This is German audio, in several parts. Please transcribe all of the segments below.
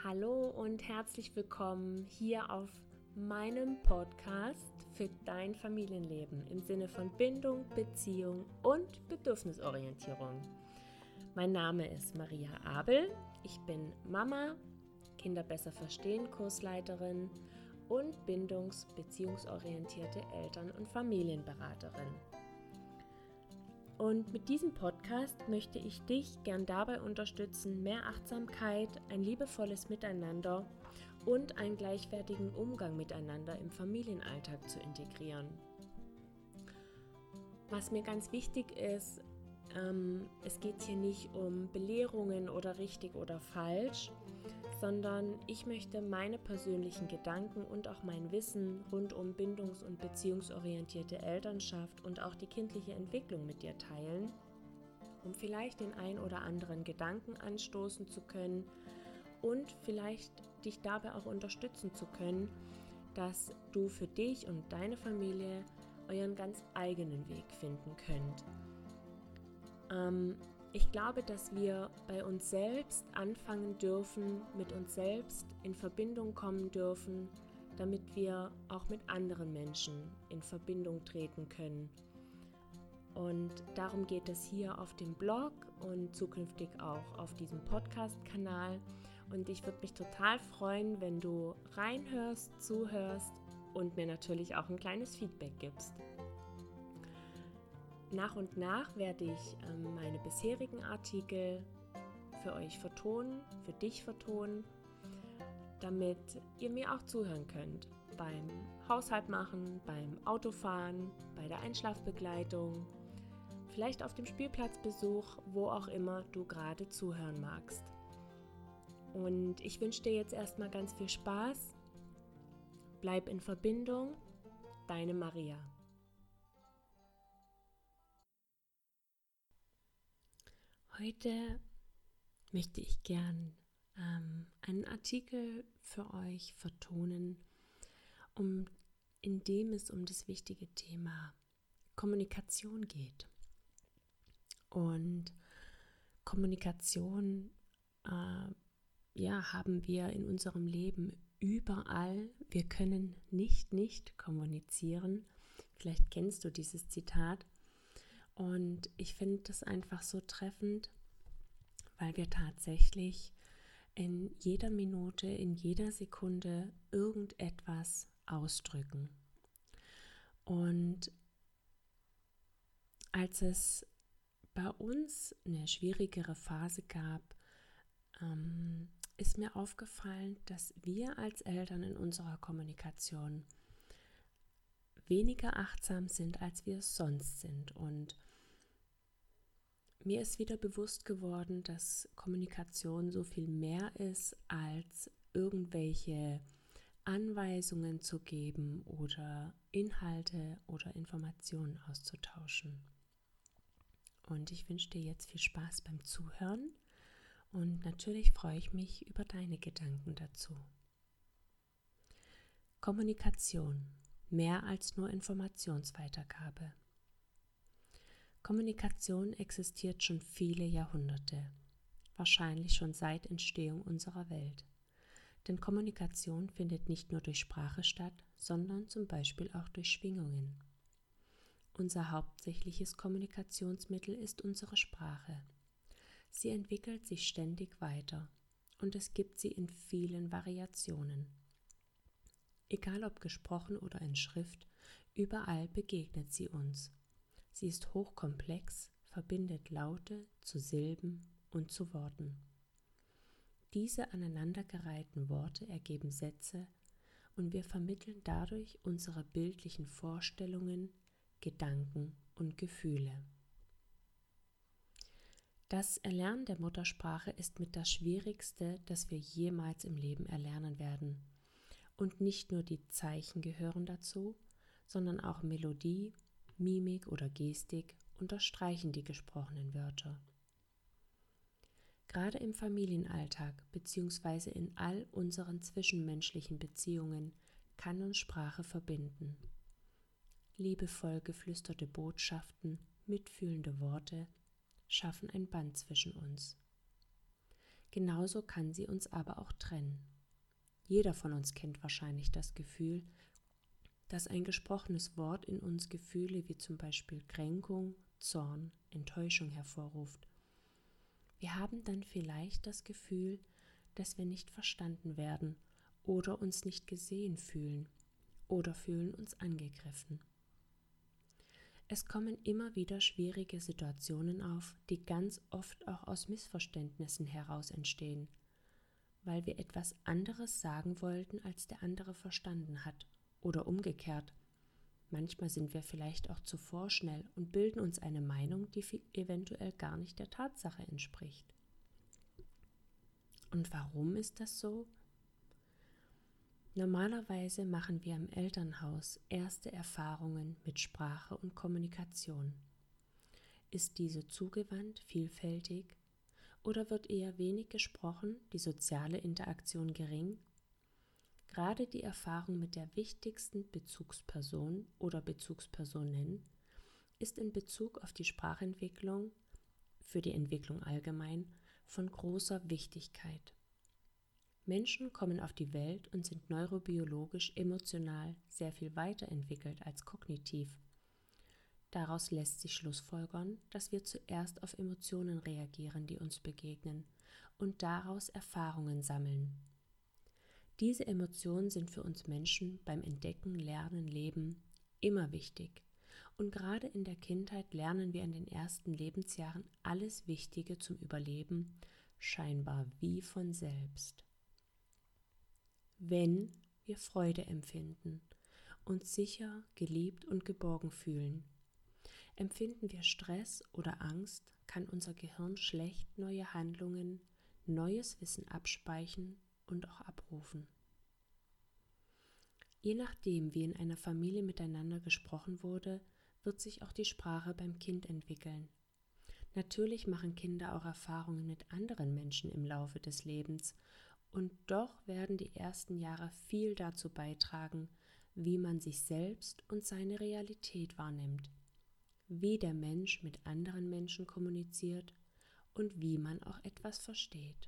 Hallo und herzlich willkommen hier auf meinem Podcast für dein Familienleben im Sinne von Bindung, Beziehung und Bedürfnisorientierung. Mein Name ist Maria Abel, ich bin Mama, Kinder besser verstehen Kursleiterin und bindungs- beziehungsorientierte Eltern- und Familienberaterin. Und mit diesem Podcast möchte ich dich gern dabei unterstützen, mehr Achtsamkeit, ein liebevolles Miteinander und einen gleichwertigen Umgang miteinander im Familienalltag zu integrieren. Was mir ganz wichtig ist, es geht hier nicht um Belehrungen oder richtig oder falsch, sondern ich möchte meine persönlichen Gedanken und auch mein Wissen rund um bindungs- und beziehungsorientierte Elternschaft und auch die kindliche Entwicklung mit dir teilen, um vielleicht den ein oder anderen Gedanken anstoßen zu können und vielleicht dich dabei auch unterstützen zu können, dass du für dich und deine Familie euren ganz eigenen Weg finden könnt. Ich glaube, dass wir bei uns selbst anfangen dürfen, mit uns selbst in Verbindung kommen dürfen, damit wir auch mit anderen Menschen in Verbindung treten können. Und darum geht es hier auf dem Blog und zukünftig auch auf diesem Podcast-Kanal. Und ich würde mich total freuen, wenn du reinhörst, zuhörst und mir natürlich auch ein kleines Feedback gibst. Nach und nach werde ich meine bisherigen Artikel für euch vertonen, für dich vertonen, damit ihr mir auch zuhören könnt. Beim Haushalt machen, beim Autofahren, bei der Einschlafbegleitung, vielleicht auf dem Spielplatzbesuch, wo auch immer du gerade zuhören magst. Und ich wünsche dir jetzt erstmal ganz viel Spaß. Bleib in Verbindung, deine Maria. Heute möchte ich gern einen Artikel für euch vertonen, in dem es um das wichtige Thema Kommunikation geht. Und Kommunikation haben wir in unserem Leben überall. Wir können nicht kommunizieren. Vielleicht kennst du dieses Zitat. Und ich finde das einfach so treffend, weil wir tatsächlich in jeder Minute, in jeder Sekunde irgendetwas ausdrücken. Und als es bei uns eine schwierigere Phase gab, ist mir aufgefallen, dass wir als Eltern in unserer Kommunikation weniger achtsam sind, als wir es sonst sind. Und mir ist wieder bewusst geworden, dass Kommunikation so viel mehr ist, als irgendwelche Anweisungen zu geben oder Inhalte oder Informationen auszutauschen. Und ich wünsche dir jetzt viel Spaß beim Zuhören und natürlich freue ich mich über deine Gedanken dazu. Kommunikation, mehr als nur Informationsweitergabe. Kommunikation existiert schon viele Jahrhunderte, wahrscheinlich schon seit Entstehung unserer Welt. Denn Kommunikation findet nicht nur durch Sprache statt, sondern zum Beispiel auch durch Schwingungen. Unser hauptsächliches Kommunikationsmittel ist unsere Sprache. Sie entwickelt sich ständig weiter und es gibt sie in vielen Variationen. Egal ob gesprochen oder in Schrift, überall begegnet sie uns. Sie ist hochkomplex, verbindet Laute zu Silben und zu Worten. Diese aneinandergereihten Worte ergeben Sätze und wir vermitteln dadurch unsere bildlichen Vorstellungen, Gedanken und Gefühle. Das Erlernen der Muttersprache ist mit das Schwierigste, das wir jemals im Leben erlernen werden. Und nicht nur die Zeichen gehören dazu, sondern auch Melodie, Mimik oder Gestik unterstreichen die gesprochenen Wörter. Gerade im Familienalltag bzw. in all unseren zwischenmenschlichen Beziehungen kann uns Sprache verbinden. Liebevoll geflüsterte Botschaften, mitfühlende Worte schaffen ein Band zwischen uns. Genauso kann sie uns aber auch trennen. Jeder von uns kennt wahrscheinlich das Gefühl, dass ein gesprochenes Wort in uns Gefühle wie zum Beispiel Kränkung, Zorn, Enttäuschung hervorruft. Wir haben dann vielleicht das Gefühl, dass wir nicht verstanden werden oder uns nicht gesehen fühlen oder fühlen uns angegriffen. Es kommen immer wieder schwierige Situationen auf, die ganz oft auch aus Missverständnissen heraus entstehen, weil wir etwas anderes sagen wollten, als der andere verstanden hat, oder umgekehrt. Manchmal sind wir vielleicht auch zu vorschnell und bilden uns eine Meinung, die eventuell gar nicht der Tatsache entspricht. Und warum ist das so? Normalerweise machen wir im Elternhaus erste Erfahrungen mit Sprache und Kommunikation. Ist diese zugewandt, vielfältig oder wird eher wenig gesprochen, die soziale Interaktion gering? Gerade die Erfahrung mit der wichtigsten Bezugsperson oder Bezugspersonen ist in Bezug auf die Sprachentwicklung, für die Entwicklung allgemein, von großer Wichtigkeit. Menschen kommen auf die Welt und sind neurobiologisch, emotional sehr viel weiterentwickelt als kognitiv. Daraus lässt sich schlussfolgern, dass wir zuerst auf Emotionen reagieren, die uns begegnen, und daraus Erfahrungen sammeln. Diese Emotionen sind für uns Menschen beim Entdecken, Lernen, Leben immer wichtig. Und gerade in der Kindheit lernen wir in den ersten Lebensjahren alles Wichtige zum Überleben, scheinbar wie von selbst. Wenn wir Freude empfinden, uns sicher, geliebt und geborgen fühlen. Empfinden wir Stress oder Angst, kann unser Gehirn schlecht neue Handlungen, neues Wissen abspeichern und auch abrufen. Je nachdem, wie in einer Familie miteinander gesprochen wurde, wird sich auch die Sprache beim Kind entwickeln. Natürlich machen Kinder auch Erfahrungen mit anderen Menschen im Laufe des Lebens, und doch werden die ersten Jahre viel dazu beitragen, wie man sich selbst und seine Realität wahrnimmt, wie der Mensch mit anderen Menschen kommuniziert und wie man auch etwas versteht.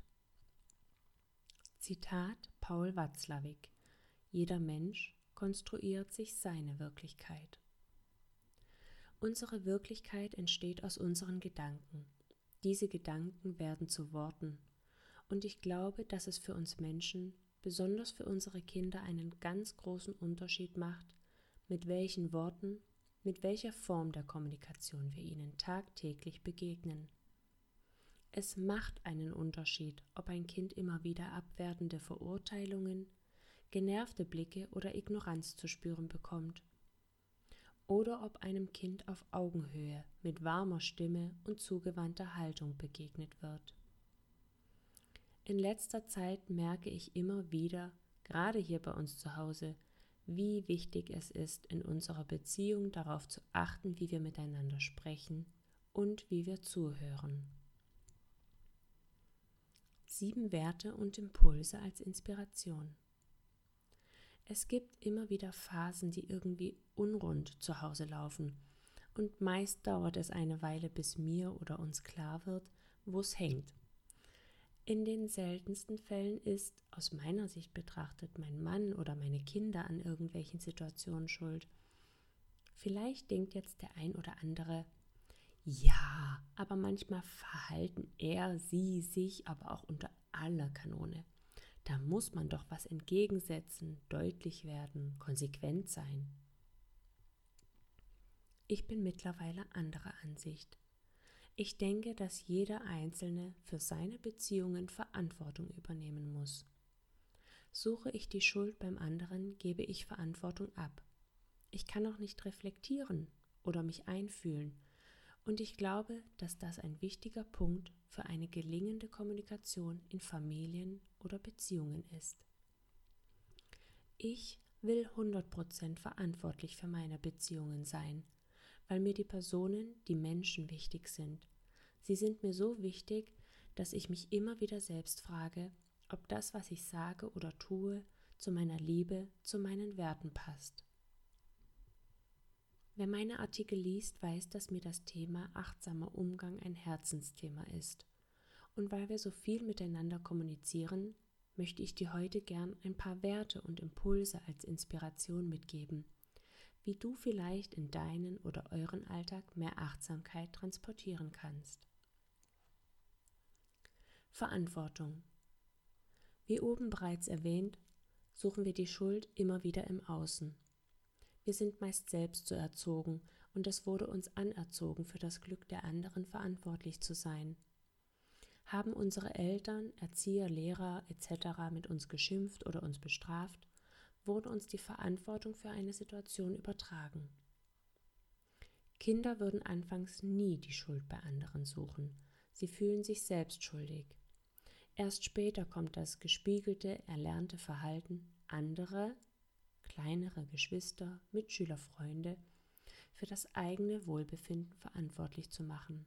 Zitat Paul Watzlawick: Jeder Mensch konstruiert sich seine Wirklichkeit. Unsere Wirklichkeit entsteht aus unseren Gedanken. Diese Gedanken werden zu Worten. Und ich glaube, dass es für uns Menschen, besonders für unsere Kinder, einen ganz großen Unterschied macht, mit welchen Worten, mit welcher Form der Kommunikation wir ihnen tagtäglich begegnen. Es macht einen Unterschied, ob ein Kind immer wieder abwertende Verurteilungen, genervte Blicke oder Ignoranz zu spüren bekommt, oder ob einem Kind auf Augenhöhe mit warmer Stimme und zugewandter Haltung begegnet wird. In letzter Zeit merke ich immer wieder, gerade hier bei uns zu Hause, wie wichtig es ist, in unserer Beziehung darauf zu achten, wie wir miteinander sprechen und wie wir zuhören. 7 Werte und Impulse als Inspiration. Es gibt immer wieder Phasen, die irgendwie unrund zu Hause laufen, und meist dauert es eine Weile, bis mir oder uns klar wird, wo es hängt. In den seltensten Fällen ist, aus meiner Sicht betrachtet, mein Mann oder meine Kinder an irgendwelchen Situationen schuld. Vielleicht denkt jetzt der ein oder andere, ja, aber manchmal verhalten er, sie sich aber auch unter aller Kanone. Da muss man doch was entgegensetzen, deutlich werden, konsequent sein. Ich bin mittlerweile anderer Ansicht. Ich denke, dass jeder Einzelne für seine Beziehungen Verantwortung übernehmen muss. Suche ich die Schuld beim anderen, gebe ich Verantwortung ab. Ich kann auch nicht reflektieren oder mich einfühlen. Und ich glaube, dass das ein wichtiger Punkt für eine gelingende Kommunikation in Familien oder Beziehungen ist. Ich will 100% verantwortlich für meine Beziehungen sein, weil mir die Personen, die Menschen wichtig sind. Sie sind mir so wichtig, dass ich mich immer wieder selbst frage, ob das, was ich sage oder tue, zu meiner Liebe, zu meinen Werten passt. Wer meine Artikel liest, weiß, dass mir das Thema achtsamer Umgang ein Herzensthema ist. Und weil wir so viel miteinander kommunizieren, möchte ich dir heute gern ein paar Werte und Impulse als Inspiration mitgeben, wie du vielleicht in deinen oder euren Alltag mehr Achtsamkeit transportieren kannst. Verantwortung. Wie oben bereits erwähnt, suchen wir die Schuld immer wieder im Außen. Wir sind meist selbst so erzogen und es wurde uns anerzogen, für das Glück der anderen verantwortlich zu sein. Haben unsere Eltern, Erzieher, Lehrer etc. mit uns geschimpft oder uns bestraft, wurde uns die Verantwortung für eine Situation übertragen. Kinder würden anfangs nie die Schuld bei anderen suchen. Sie fühlen sich selbst schuldig. Erst später kommt das gespiegelte, erlernte Verhalten, andere, kleinere Geschwister, Mitschüler, Freunde für das eigene Wohlbefinden verantwortlich zu machen.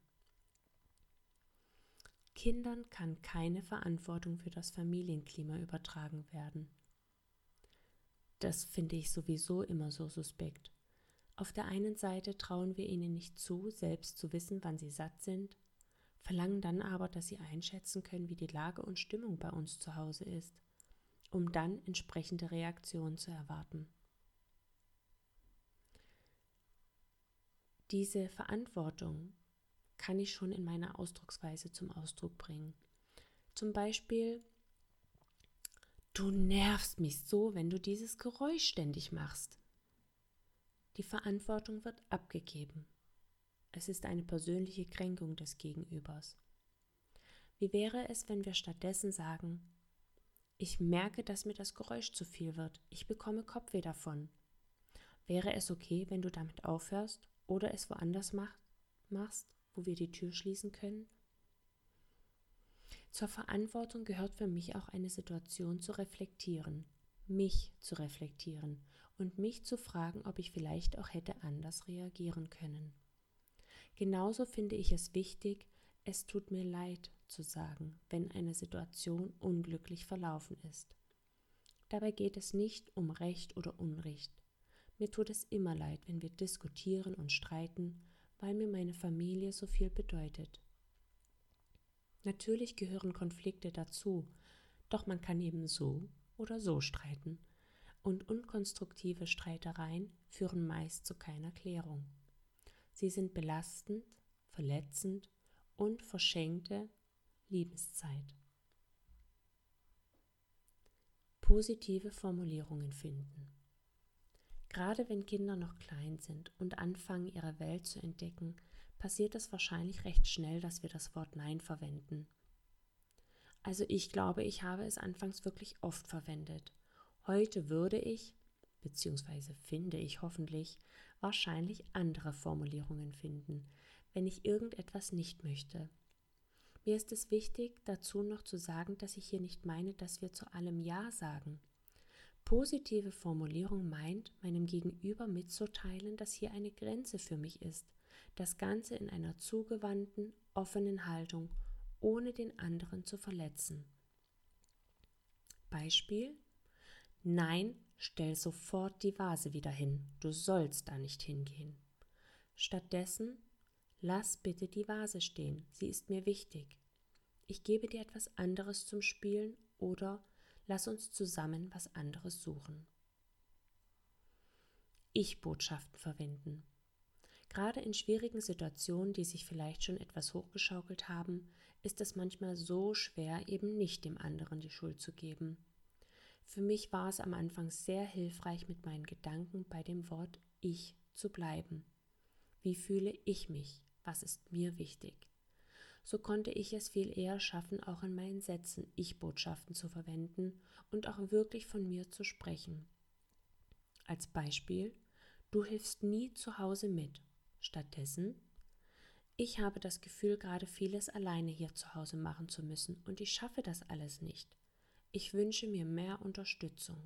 Kindern kann keine Verantwortung für das Familienklima übertragen werden. Das finde ich sowieso immer so suspekt. Auf der einen Seite trauen wir ihnen nicht zu, selbst zu wissen, wann sie satt sind, verlangen dann aber, dass sie einschätzen können, wie die Lage und Stimmung bei uns zu Hause ist, um dann entsprechende Reaktionen zu erwarten. Diese Verantwortung kann ich schon in meiner Ausdrucksweise zum Ausdruck bringen. Zum Beispiel: Du nervst mich so, wenn du dieses Geräusch ständig machst. Die Verantwortung wird abgegeben. Es ist eine persönliche Kränkung des Gegenübers. Wie wäre es, wenn wir stattdessen sagen: Ich merke, dass mir das Geräusch zu viel wird. Ich bekomme Kopfweh davon. Wäre es okay, wenn du damit aufhörst oder es woanders machst, wo wir die Tür schließen können? Zur Verantwortung gehört für mich auch eine Situation zu reflektieren, mich zu reflektieren und mich zu fragen, ob ich vielleicht auch hätte anders reagieren können. Genauso finde ich es wichtig, es tut mir leid zu sagen, wenn eine Situation unglücklich verlaufen ist. Dabei geht es nicht um Recht oder Unrecht. Mir tut es immer leid, wenn wir diskutieren und streiten, weil mir meine Familie so viel bedeutet. Natürlich gehören Konflikte dazu, doch man kann eben so oder so streiten. Und unkonstruktive Streitereien führen meist zu keiner Klärung. Sie sind belastend, verletzend und verschenkte Lebenszeit. Positive Formulierungen finden. Gerade wenn Kinder noch klein sind und anfangen, ihre Welt zu entdecken, passiert es wahrscheinlich recht schnell, dass wir das Wort Nein verwenden. Also ich glaube, ich habe es anfangs wirklich oft verwendet. Heute würde ich, beziehungsweise finde ich hoffentlich, wahrscheinlich andere Formulierungen finden, wenn ich irgendetwas nicht möchte. Mir ist es wichtig, dazu noch zu sagen, dass ich hier nicht meine, dass wir zu allem Ja sagen. Positive Formulierung meint, meinem Gegenüber mitzuteilen, dass hier eine Grenze für mich ist. Das Ganze in einer zugewandten, offenen Haltung, ohne den anderen zu verletzen. Beispiel: Nein, stell sofort die Vase wieder hin. Du sollst da nicht hingehen. Stattdessen: Lass bitte die Vase stehen. Sie ist mir wichtig. Ich gebe dir etwas anderes zum Spielen oder lass uns zusammen was anderes suchen. Ich-Botschaften verwenden. Gerade in schwierigen Situationen, die sich vielleicht schon etwas hochgeschaukelt haben, ist es manchmal so schwer, eben nicht dem anderen die Schuld zu geben. Für mich war es am Anfang sehr hilfreich, mit meinen Gedanken bei dem Wort Ich zu bleiben. Wie fühle ich mich? Was ist mir wichtig? So konnte ich es viel eher schaffen, auch in meinen Sätzen Ich-Botschaften zu verwenden und auch wirklich von mir zu sprechen. Als Beispiel: Du hilfst nie zu Hause mit. Stattdessen: Ich habe das Gefühl, gerade vieles alleine hier zu Hause machen zu müssen und ich schaffe das alles nicht. Ich wünsche mir mehr Unterstützung.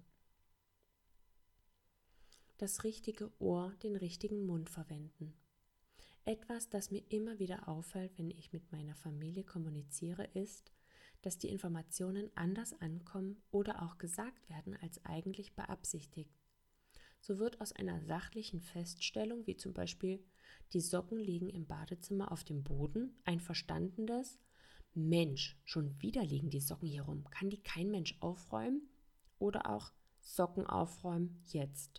Das richtige Ohr, den richtigen Mund verwenden. Etwas, das mir immer wieder auffällt, wenn ich mit meiner Familie kommuniziere, ist, dass die Informationen anders ankommen oder auch gesagt werden, als eigentlich beabsichtigt. So wird aus einer sachlichen Feststellung, wie zum Beispiel die Socken liegen im Badezimmer auf dem Boden, ein verstandenes Mensch, schon wieder liegen die Socken hier rum. Kann die kein Mensch aufräumen? Oder auch Socken aufräumen jetzt.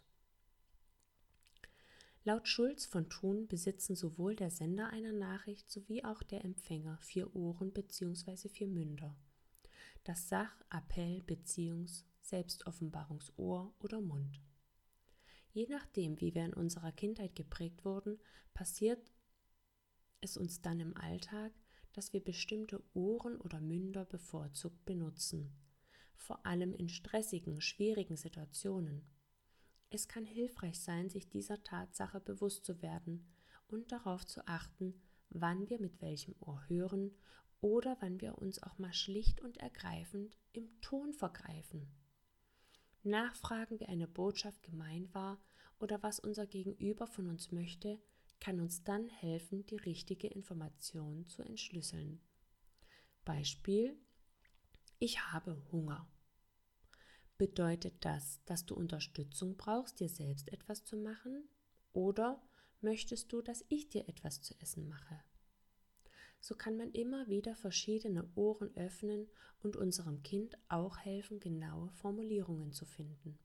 Laut Schulz von Thun besitzen sowohl der Sender einer Nachricht sowie auch der Empfänger 4 Ohren bzw. 4 Münder. Das Sach-, Appell-, Beziehungs-, Selbstoffenbarungsohr oder Mund. Je nachdem, wie wir in unserer Kindheit geprägt wurden, passiert es uns dann im Alltag, dass wir bestimmte Ohren oder Münder bevorzugt benutzen, vor allem in stressigen, schwierigen Situationen. Es kann hilfreich sein, sich dieser Tatsache bewusst zu werden und darauf zu achten, wann wir mit welchem Ohr hören oder wann wir uns auch mal schlicht und ergreifend im Ton vergreifen. Nachfragen, wie eine Botschaft gemeint war oder was unser Gegenüber von uns möchte, kann uns dann helfen, die richtige Information zu entschlüsseln. Beispiel: Ich habe Hunger. Bedeutet das, dass du Unterstützung brauchst, dir selbst etwas zu machen? Oder möchtest du, dass ich dir etwas zu essen mache? So kann man immer wieder verschiedene Ohren öffnen und unserem Kind auch helfen, genaue Formulierungen zu finden.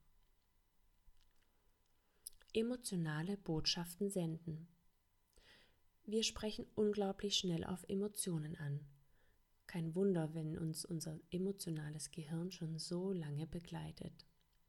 Emotionale Botschaften senden. Wir sprechen unglaublich schnell auf Emotionen an. Kein Wunder, wenn uns unser emotionales Gehirn schon so lange begleitet.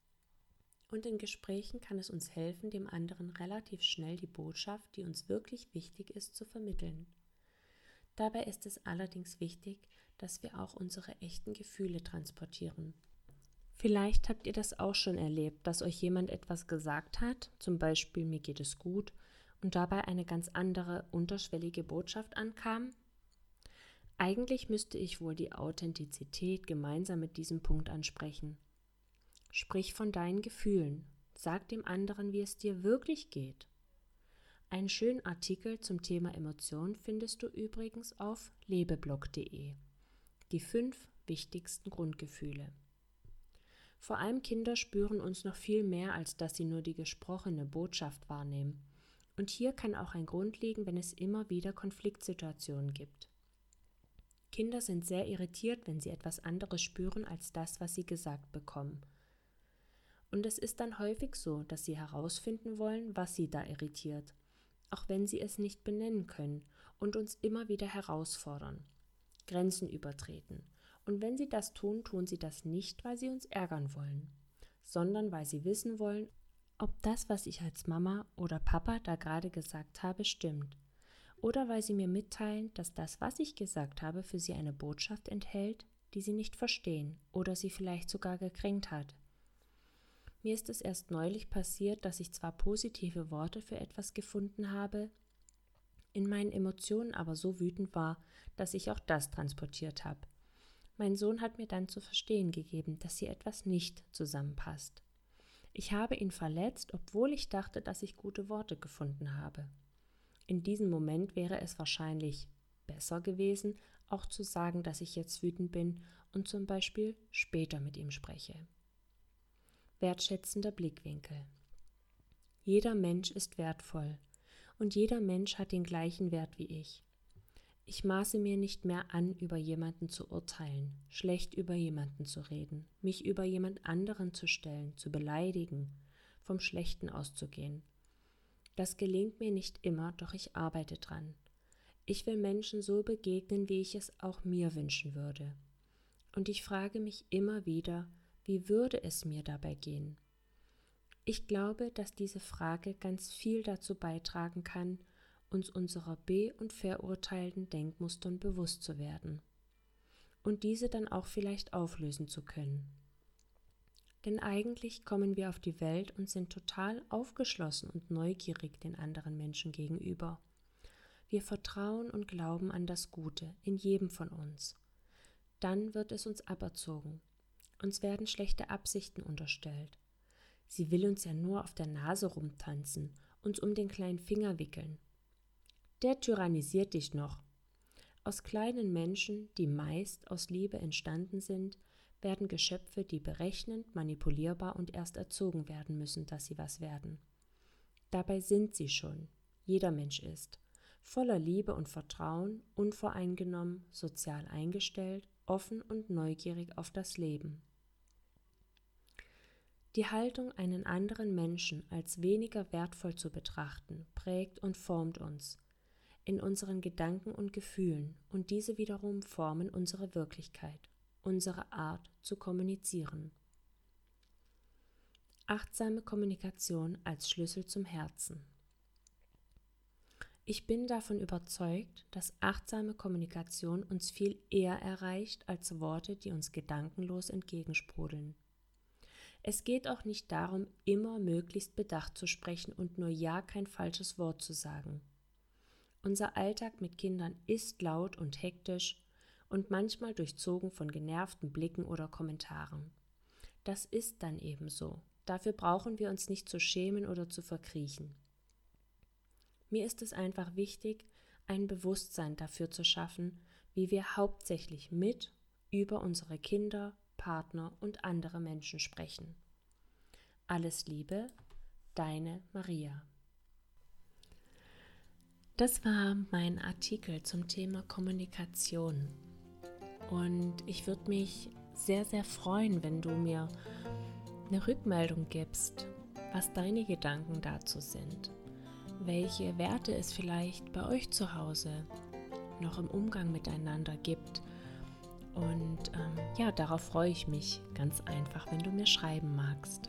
Und in Gesprächen kann es uns helfen, dem anderen relativ schnell die Botschaft, die uns wirklich wichtig ist, zu vermitteln. Dabei ist es allerdings wichtig, dass wir auch unsere echten Gefühle transportieren. Vielleicht habt ihr das auch schon erlebt, dass euch jemand etwas gesagt hat, zum Beispiel mir geht es gut, und dabei eine ganz andere, unterschwellige Botschaft ankam. Eigentlich müsste ich wohl die Authentizität gemeinsam mit diesem Punkt ansprechen. Sprich von deinen Gefühlen, sag dem anderen, wie es dir wirklich geht. Einen schönen Artikel zum Thema Emotionen findest du übrigens auf lebeblog.de. Die 5 wichtigsten Grundgefühle. Vor allem Kinder spüren uns noch viel mehr, als dass sie nur die gesprochene Botschaft wahrnehmen. Und hier kann auch ein Grund liegen, wenn es immer wieder Konfliktsituationen gibt. Kinder sind sehr irritiert, wenn sie etwas anderes spüren als das, was sie gesagt bekommen. Und es ist dann häufig so, dass sie herausfinden wollen, was sie da irritiert, auch wenn sie es nicht benennen können und uns immer wieder herausfordern, Grenzen übertreten. Und wenn sie das tun, tun sie das nicht, weil sie uns ärgern wollen, sondern weil sie wissen wollen, ob das, was ich als Mama oder Papa da gerade gesagt habe, stimmt. Oder weil sie mir mitteilen, dass das, was ich gesagt habe, für sie eine Botschaft enthält, die sie nicht verstehen oder sie vielleicht sogar gekränkt hat. Mir ist es erst neulich passiert, dass ich zwar positive Worte für etwas gefunden habe, in meinen Emotionen aber so wütend war, dass ich auch das transportiert habe. Mein Sohn hat mir dann zu verstehen gegeben, dass hier etwas nicht zusammenpasst. Ich habe ihn verletzt, obwohl ich dachte, dass ich gute Worte gefunden habe. In diesem Moment wäre es wahrscheinlich besser gewesen, auch zu sagen, dass ich jetzt wütend bin und zum Beispiel später mit ihm spreche. Wertschätzender Blickwinkel. Jeder Mensch ist wertvoll und jeder Mensch hat den gleichen Wert wie ich. Ich maße mir nicht mehr an, über jemanden zu urteilen, schlecht über jemanden zu reden, mich über jemand anderen zu stellen, zu beleidigen, vom Schlechten auszugehen. Das gelingt mir nicht immer, doch ich arbeite dran. Ich will Menschen so begegnen, wie ich es auch mir wünschen würde. Und ich frage mich immer wieder, wie würde es mir dabei gehen? Ich glaube, dass diese Frage ganz viel dazu beitragen kann, uns unserer be- und verurteilten Denkmustern bewusst zu werden und diese dann auch vielleicht auflösen zu können. Denn eigentlich kommen wir auf die Welt und sind total aufgeschlossen und neugierig den anderen Menschen gegenüber. Wir vertrauen und glauben an das Gute in jedem von uns. Dann wird es uns aberzogen. Uns werden schlechte Absichten unterstellt. Sie will uns ja nur auf der Nase rumtanzen, uns um den kleinen Finger wickeln. Der tyrannisiert dich noch. Aus kleinen Menschen, die meist aus Liebe entstanden sind, werden Geschöpfe, die berechnend, manipulierbar und erst erzogen werden müssen, dass sie was werden. Dabei sind sie schon. Jeder Mensch ist. voller Liebe und Vertrauen, unvoreingenommen, sozial eingestellt, offen und neugierig auf das Leben. Die Haltung, einen anderen Menschen als weniger wertvoll zu betrachten, prägt und formt uns in unseren Gedanken und Gefühlen, und diese wiederum formen unsere Wirklichkeit, unsere Art zu kommunizieren. Achtsame Kommunikation als Schlüssel zum Herzen. Ich bin davon überzeugt, dass achtsame Kommunikation uns viel eher erreicht als Worte, die uns gedankenlos entgegensprudeln. Es geht auch nicht darum, immer möglichst bedacht zu sprechen und nur ja kein falsches Wort zu sagen. Unser Alltag mit Kindern ist laut und hektisch und manchmal durchzogen von genervten Blicken oder Kommentaren. Das ist dann eben so. Dafür brauchen wir uns nicht zu schämen oder zu verkriechen. Mir ist es einfach wichtig, ein Bewusstsein dafür zu schaffen, wie wir hauptsächlich mit, über unsere Kinder, Partner und andere Menschen sprechen. Alles Liebe, deine Maria. Das war mein Artikel zum Thema Kommunikation. Und ich würde mich sehr, sehr freuen, wenn du mir eine Rückmeldung gibst, was deine Gedanken dazu sind. Welche Werte es vielleicht bei euch zu Hause noch im Umgang miteinander gibt. Und darauf freue ich mich ganz einfach, wenn du mir schreiben magst.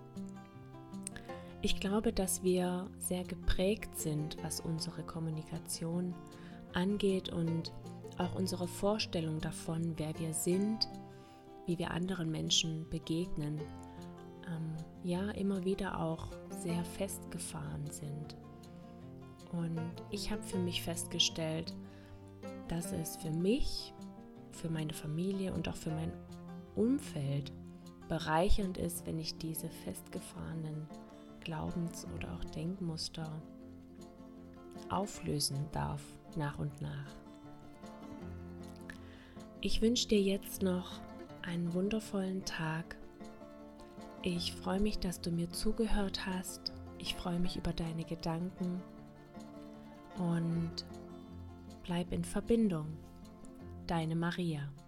Ich glaube, dass wir sehr geprägt sind, was unsere Kommunikation angeht und auch unsere Vorstellung davon, wer wir sind, wie wir anderen Menschen begegnen, immer wieder auch sehr festgefahren sind. Und ich habe für mich festgestellt, dass es für mich, für meine Familie und auch für mein Umfeld bereichernd ist, wenn ich diese festgefahrenen Glaubens- oder auch Denkmuster auflösen darf, nach und nach. Ich wünsche dir jetzt noch einen wundervollen Tag. Ich freue mich, dass du mir zugehört hast. Ich freue mich über deine Gedanken und bleib in Verbindung. Deine Maria.